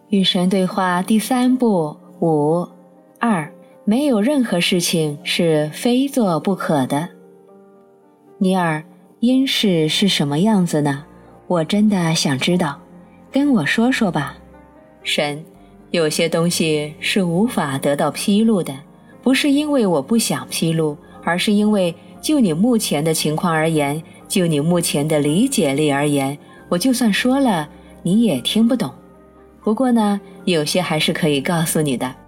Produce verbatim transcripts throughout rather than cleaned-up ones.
与神对话第三步五二，没有任何事情是非做不可的。尼尔，阴世是什么样子呢？我真的想知道，跟我说说吧。神，有些东西是无法得到披露的，不是因为我不想披露，而是因为就你目前的情况而言，就你目前的理解力而言，我就算说了，你也听不懂。不过呢，有些还是可以告诉你的。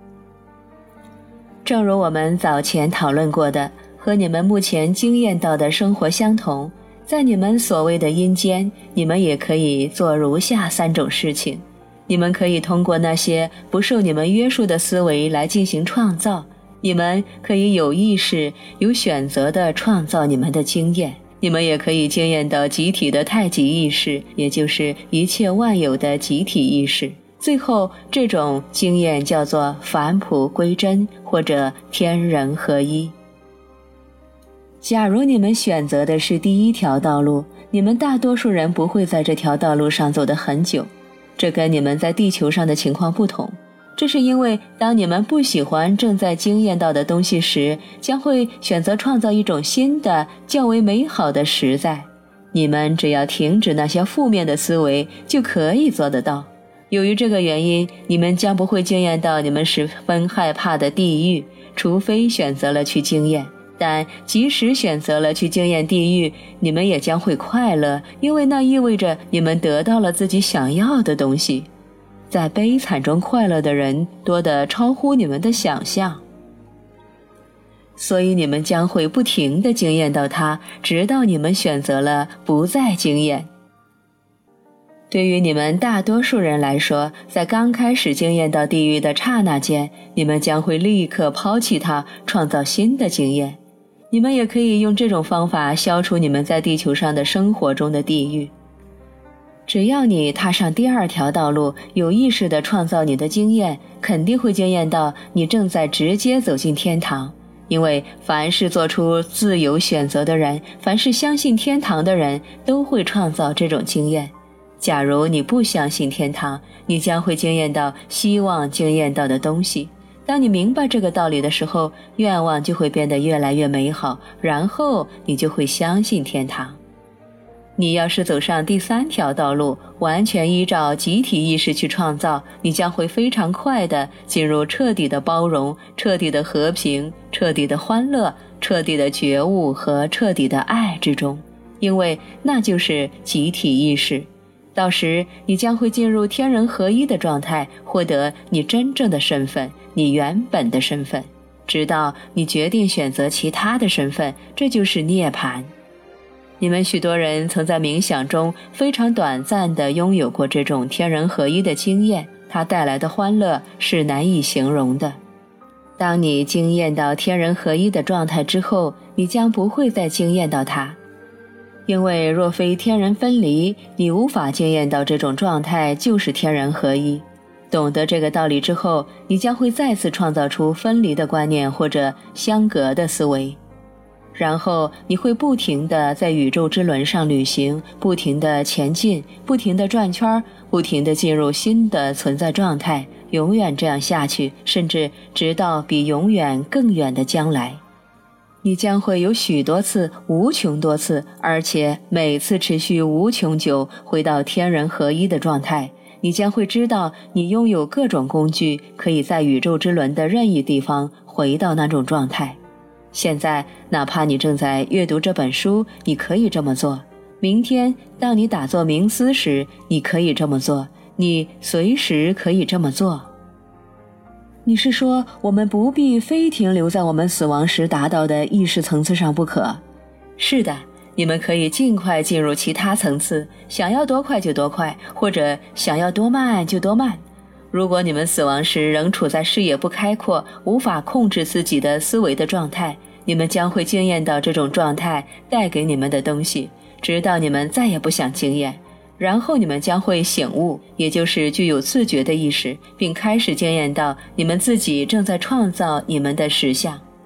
正如我们早前讨论过的，和你们目前经验到的生活相同，在你们所谓的阴间，你们也可以做如下三种事情。你们可以通过那些不受你们约束的思维来进行创造，你们可以有意识、有选择地创造你们的经验。你们也可以经验到集体的太极意识，也就是一切万有的集体意识。最后，这种经验叫做返璞归真，或者天人合一。假如你们选择的是第一条道路，你们大多数人不会在这条道路上走得很久，这跟你们在地球上的情况不同。这是因为当你们不喜欢正在经验到的东西时，将会选择创造一种新的较为美好的实在。你们只要停止那些负面的思维，就可以做得到。由于这个原因，你们将不会经验到你们十分害怕的地狱，除非选择了去经验。但即使选择了去经验地狱，你们也将会快乐，因为那意味着你们得到了自己想要的东西。在悲惨中快乐的人多得超乎你们的想象，所以你们将会不停地经验到它，直到你们选择了不再经验。对于你们大多数人来说，在刚开始经验到地狱的刹那间，你们将会立刻抛弃它，创造新的经验。你们也可以用这种方法消除你们在地球上的生活中的地狱。只要你踏上第二条道路，有意识地创造你的经验，肯定会经验到你正在直接走进天堂。因为凡是做出自由选择的人，凡是相信天堂的人，都会创造这种经验。假如你不相信天堂，你将会经验到希望经验到的东西。当你明白这个道理的时候，愿望就会变得越来越美好，然后你就会相信天堂。你要是走上第三条道路，完全依照集体意识去创造，你将会非常快地进入彻底的包容、彻底的和平、彻底的欢乐、彻底的觉悟和彻底的爱之中，因为那就是集体意识。到时你将会进入天人合一的状态，获得你真正的身份，你原本的身份，直到你决定选择其他的身份，这就是涅槃。你们许多人曾在冥想中非常短暂地拥有过这种天人合一的经验，它带来的欢乐是难以形容的。当你经验到天人合一的状态之后，你将不会再经验到它，因为若非天人分离，你无法经验到这种状态就是天人合一。懂得这个道理之后，你将会再次创造出分离的观念或者相隔的思维。然后你会不停地在宇宙之轮上旅行，不停地前进，不停地转圈，不停地进入新的存在状态，永远这样下去，甚至直到比永远更远的将来。你将会有许多次，无穷多次，而且每次持续无穷久，回到天人合一的状态。你将会知道你拥有各种工具，可以在宇宙之轮的任意地方回到那种状态。现在哪怕你正在阅读这本书，你可以这么做。明天当你打坐冥思时，你可以这么做。你随时可以这么做。你是说我们不必非停留在我们死亡时达到的意识层次上不可？是的，你们可以尽快进入其他层次，想要多快就多快，或者想要多慢就多慢。如果你们死亡时仍处在视野不开阔、无法控制自己的思维的状态，你们将会经验到这种状态带给你们的东西，直到你们再也不想经验。然后你们将会醒悟，也就是具有自觉的意识，并开始经验到你们自己正在创造你们的实相。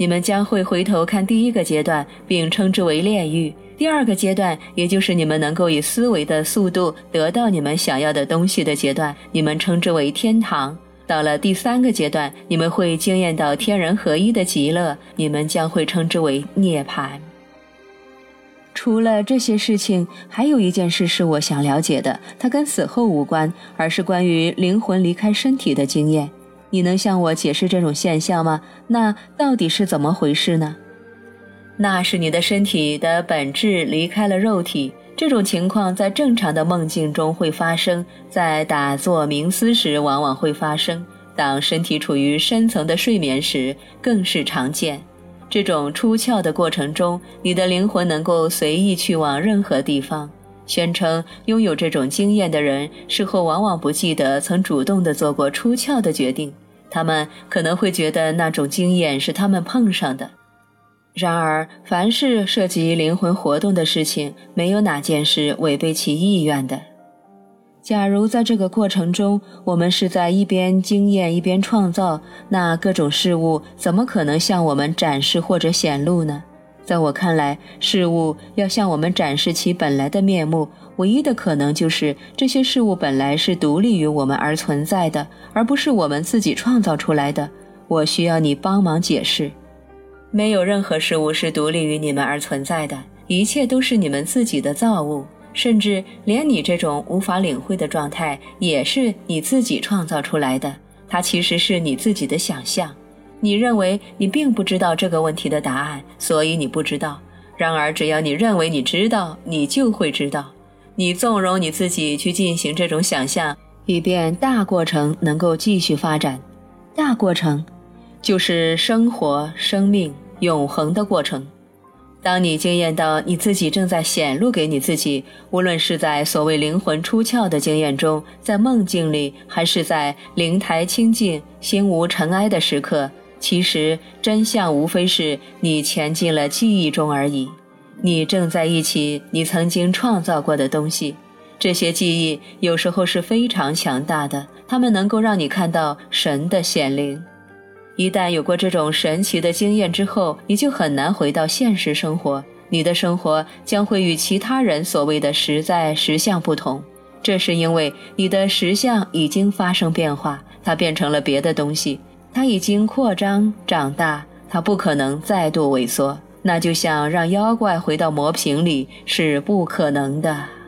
你们将会回头看第一个阶段，并称之为炼狱。第二个阶段，也就是你们能够以思维的速度得到你们想要的东西的阶段，你们称之为天堂。到了第三个阶段，你们会经验到天人合一的极乐，你们将会称之为涅槃。除了这些事情，还有一件事是我想了解的，它跟死后无关，而是关于灵魂离开身体的经验。你能向我解释这种现象吗？那到底是怎么回事呢？那是你的身体的本质离开了肉体，这种情况在正常的梦境中会发生，在打坐冥思时往往会发生，当身体处于深层的睡眠时更是常见。这种出窍的过程中，你的灵魂能够随意去往任何地方。宣称拥有这种经验的人，事后往往不记得曾主动地做过出窍的决定，他们可能会觉得那种经验是他们碰上的。然而，凡是涉及灵魂活动的事情，没有哪件事违背其意愿的。假如在这个过程中，我们是在一边经验一边创造，那各种事物怎么可能向我们展示或者显露呢？在我看来，事物要向我们展示其本来的面目，唯一的可能就是这些事物本来是独立于我们而存在的，而不是我们自己创造出来的。我需要你帮忙解释。没有任何事物是独立于你们而存在的，一切都是你们自己的造物，甚至连你这种无法领会的状态也是你自己创造出来的，它其实是你自己的想象。你认为你并不知道这个问题的答案，所以你不知道。然而只要你认为你知道，你就会知道。你纵容你自己去进行这种想象，以便大过程能够继续发展。大过程就是生活、生命、永恒的过程。当你经验到你自己正在显露给你自己，无论是在所谓灵魂出窍的经验中，在梦境里，还是在灵台清净、心无尘埃的时刻，其实真相无非是你潜进了记忆中而已。你正在忆起你曾经创造过的东西，这些记忆有时候是非常强大的，它们能够让你看到神的显灵。一旦有过这种神奇的经验之后，你就很难回到现实生活，你的生活将会与其他人所谓的实在实相不同。这是因为你的实相已经发生变化，它变成了别的东西，它已经扩张长大，它不可能再度萎缩。那就像让妖怪回到魔瓶里是不可能的。